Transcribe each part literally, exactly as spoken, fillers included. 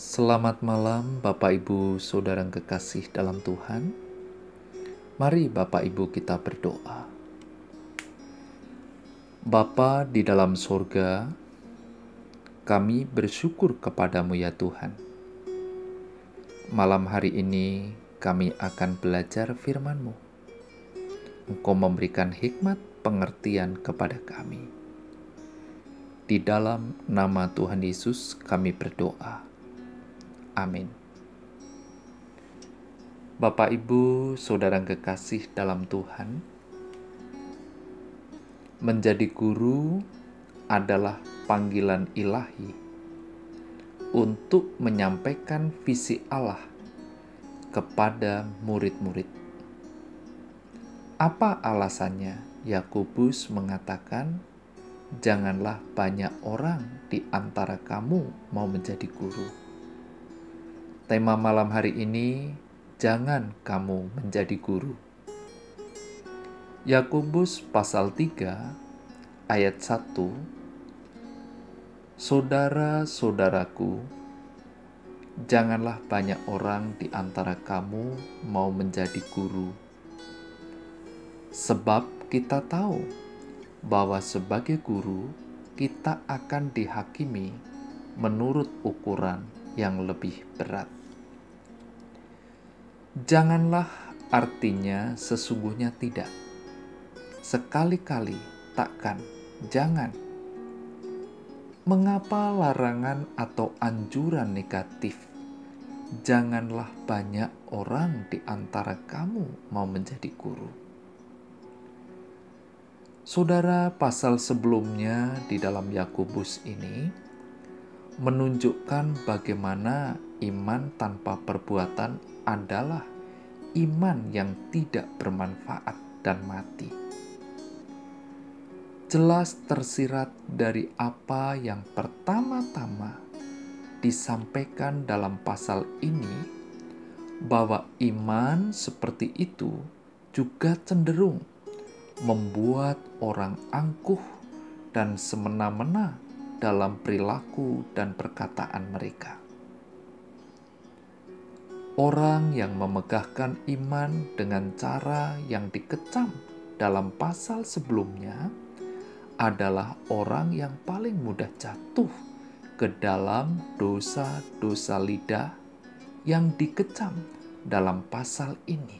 Selamat malam Bapak Ibu Saudara yang kekasih dalam Tuhan. Mari Bapak Ibu kita berdoa. Bapa di dalam sorga, kami bersyukur kepadamu ya Tuhan. Malam hari ini kami akan belajar firman-Mu. Engkau memberikan hikmat pengertian kepada kami. Di dalam nama Tuhan Yesus kami berdoa. Amin. Bapak Ibu Saudara yang kekasih dalam Tuhan, menjadi guru adalah panggilan ilahi untuk menyampaikan visi Allah kepada murid-murid. Apa alasannya? Yakobus mengatakan, "Janganlah banyak orang di antara kamu mau menjadi guru." Tema malam hari ini, jangan kamu menjadi guru. Yakobus pasal tiga ayat satu, "Saudara-saudaraku, janganlah banyak orang di antara kamu mau menjadi guru. Sebab kita tahu bahwa sebagai guru kita akan dihakimi menurut ukuran yang lebih berat." Janganlah artinya sesungguhnya tidak. Sekali-kali, takkan, jangan. Mengapa larangan atau anjuran negatif? Janganlah banyak orang di antara kamu mau menjadi guru. Saudara, pasal sebelumnya di dalam Yakobus ini menunjukkan bagaimana iman tanpa perbuatan adalah iman yang tidak bermanfaat dan mati. Jelas tersirat dari apa yang pertama-tama disampaikan dalam pasal ini, bahwa iman seperti itu juga cenderung membuat orang angkuh dan semena-mena dalam perilaku dan perkataan mereka. Orang yang memegahkan iman dengan cara yang dikecam dalam pasal sebelumnya adalah orang yang paling mudah jatuh ke dalam dosa-dosa lidah yang dikecam dalam pasal ini.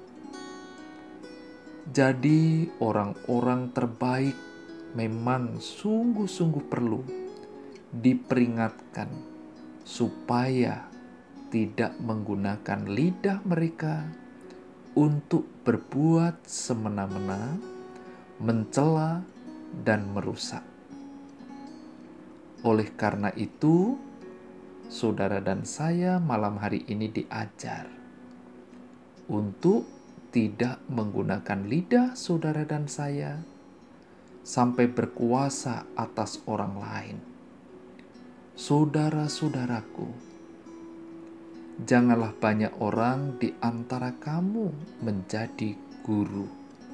Jadi orang-orang terbaik memang sungguh-sungguh perlu diperingatkan supaya tidak menggunakan lidah mereka untuk berbuat semena-mena, mencela, dan merusak. Oleh karena itu, saudara dan saya malam hari ini diajar untuk tidak menggunakan lidah saudara dan saya sampai berkuasa atas orang lain. Saudara-saudaraku, janganlah banyak orang di antara kamu menjadi guru.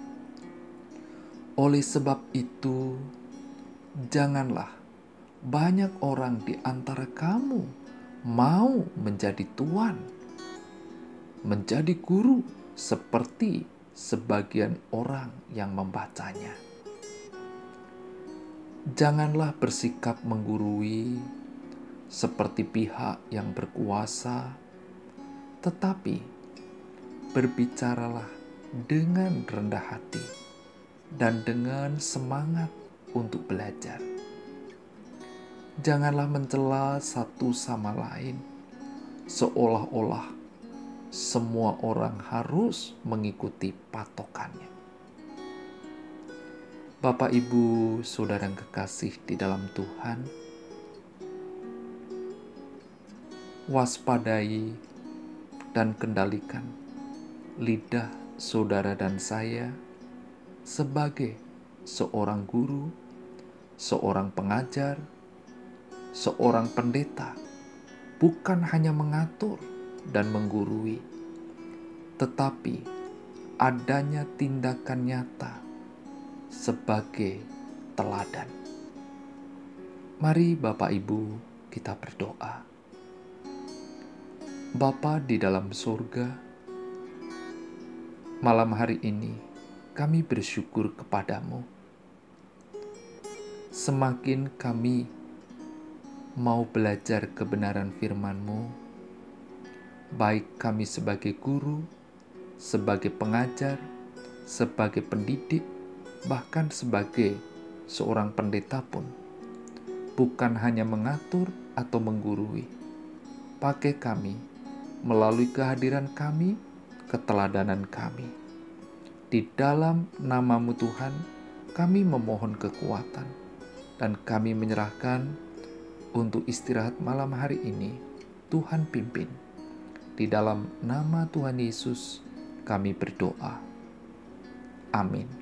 Oleh sebab itu, janganlah banyak orang di antara kamu mau menjadi tuan, menjadi guru seperti sebagian orang yang membacanya. Janganlah bersikap menggurui seperti pihak yang berkuasa, tetapi berbicaralah dengan rendah hati dan dengan semangat untuk belajar. Janganlah mencela satu sama lain, seolah-olah semua orang harus mengikuti patokannya. Bapak, Ibu, Saudara yang kekasih di dalam Tuhan, waspadai dan kendalikan lidah saudara dan saya sebagai seorang guru, seorang pengajar, seorang pendeta, bukan hanya mengatur dan menggurui, tetapi adanya tindakan nyata sebagai teladan. Mari Bapak Ibu kita berdoa. Bapa di dalam surga, malam hari ini kami bersyukur kepadamu. Semakin kami mau belajar kebenaran firman-Mu, baik kami sebagai guru, sebagai pengajar, sebagai pendidik, bahkan sebagai seorang pendeta pun, bukan hanya mengatur atau menggurui. Pakai kami, melalui kehadiran kami, keteladanan kami. Di dalam nama-Mu Tuhan, kami memohon kekuatan, dan kami menyerahkan untuk istirahat malam hari ini. Tuhan pimpin. Di dalam nama Tuhan Yesus, kami berdoa. Amin.